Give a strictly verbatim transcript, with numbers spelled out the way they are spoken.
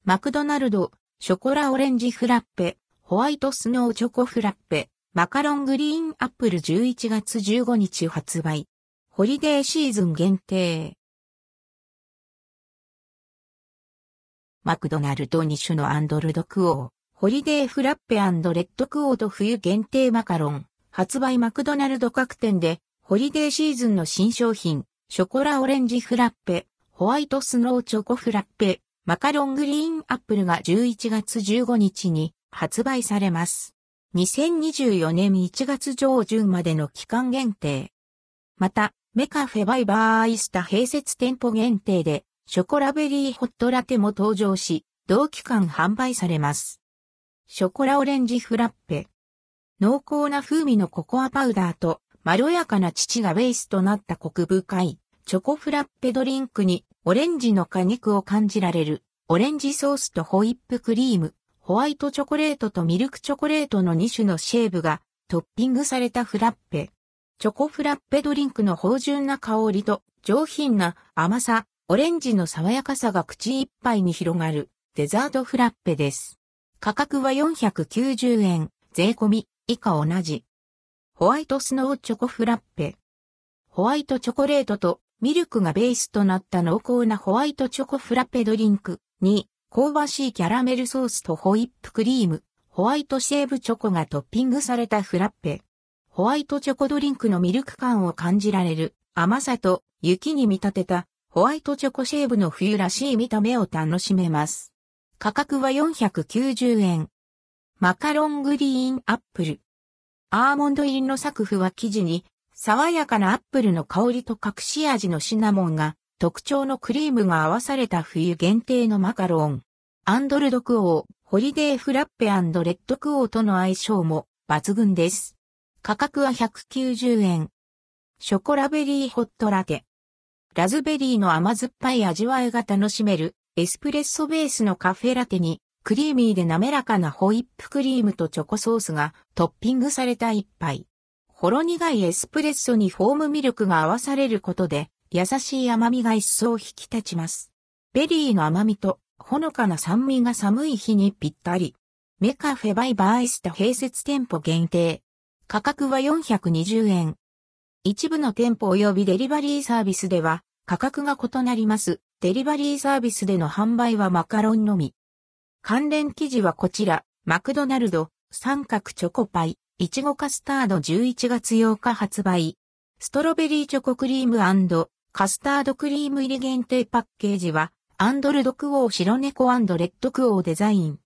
マクドナルド、ショコラオレンジフラッペ、ホワイトスノーチョコフラッペ、マカロングリーンアップルじゅういちがつじゅうごにち発売。ホリデーシーズン限定。マクドナルドに種のアンドルドクオー、ホリデーフラッペ&レッドクオーと冬限定マカロン、発売マクドナルド各店で、ホリデーシーズンの新商品、ショコラオレンジフラッペ、ホワイトスノーチョコフラッペ、マカロングリーンアップルがじゅういちがつじゅうごにちに発売されます。にせんにじゅうよねんいちがつじょうじゅんまでの期間限定。また、メカフェバイバーイスタ併設店舗限定で、ショコラベリーホットラテも登場し、同期間販売されます。ショコラオレンジフラッペ。濃厚な風味のココアパウダーと、まろやかな乳がベースとなったコク深い、チョコフラッペドリンクに、オレンジの果肉を感じられる、オレンジソースとホイップクリーム、ホワイトチョコレートとミルクチョコレートのにしゅのシェーブがトッピングされたフラッペ。チョコフラッペドリンクの芳醇な香りと上品な甘さ、オレンジの爽やかさが口いっぱいに広がるデザートフラッペです。価格はよんひゃくきゅうじゅうえん、税込み、以下同じ。ホワイトスノーチョコフラッペ。ホワイトチョコレートとミルクがベースとなった濃厚なホワイトチョコフラッペドリンクに香ばしいキャラメルソースとホイップクリーム、ホワイトシェーブチョコがトッピングされたフラッペ。ホワイトチョコドリンクのミルク感を感じられる甘さと雪に見立てたホワイトチョコシェーブの冬らしい見た目を楽しめます。価格はよんひゃくきゅうじゅうえん。マカロングリーンアップル。アーモンド入りのサクフは生地に爽やかなアップルの香りと隠し味のシナモンが特徴のクリームが合わされた冬限定のマカロン。アンドルドクオー、ホリデーフラッペ&レッドクオーとの相性も抜群です。価格はひゃくきゅうじゅうえん。ショコラベリーホットラテ。ラズベリーの甘酸っぱい味わいが楽しめるエスプレッソベースのカフェラテにクリーミーで滑らかなホイップクリームとチョコソースがトッピングされた一杯。ほろ苦いエスプレッソにフォームミルクが合わされることで優しい甘みが一層引き立ちます。ベリーの甘みとほのかな酸味が寒い日にぴったり。メカフェバイバーイスタ併設店舗限定。価格はよんひゃくにじゅうえん。一部の店舗及びデリバリーサービスでは価格が異なります。デリバリーサービスでの販売はマカロンのみ。関連記事はこちら。マクドナルド、三角チョコパイ、いちごカスタードじゅういちがつようか発売。ストロベリーチョコクリーム&カスタードクリーム入り限定パッケージは、アンドルドクオー白猫&レッドクオーデザイン。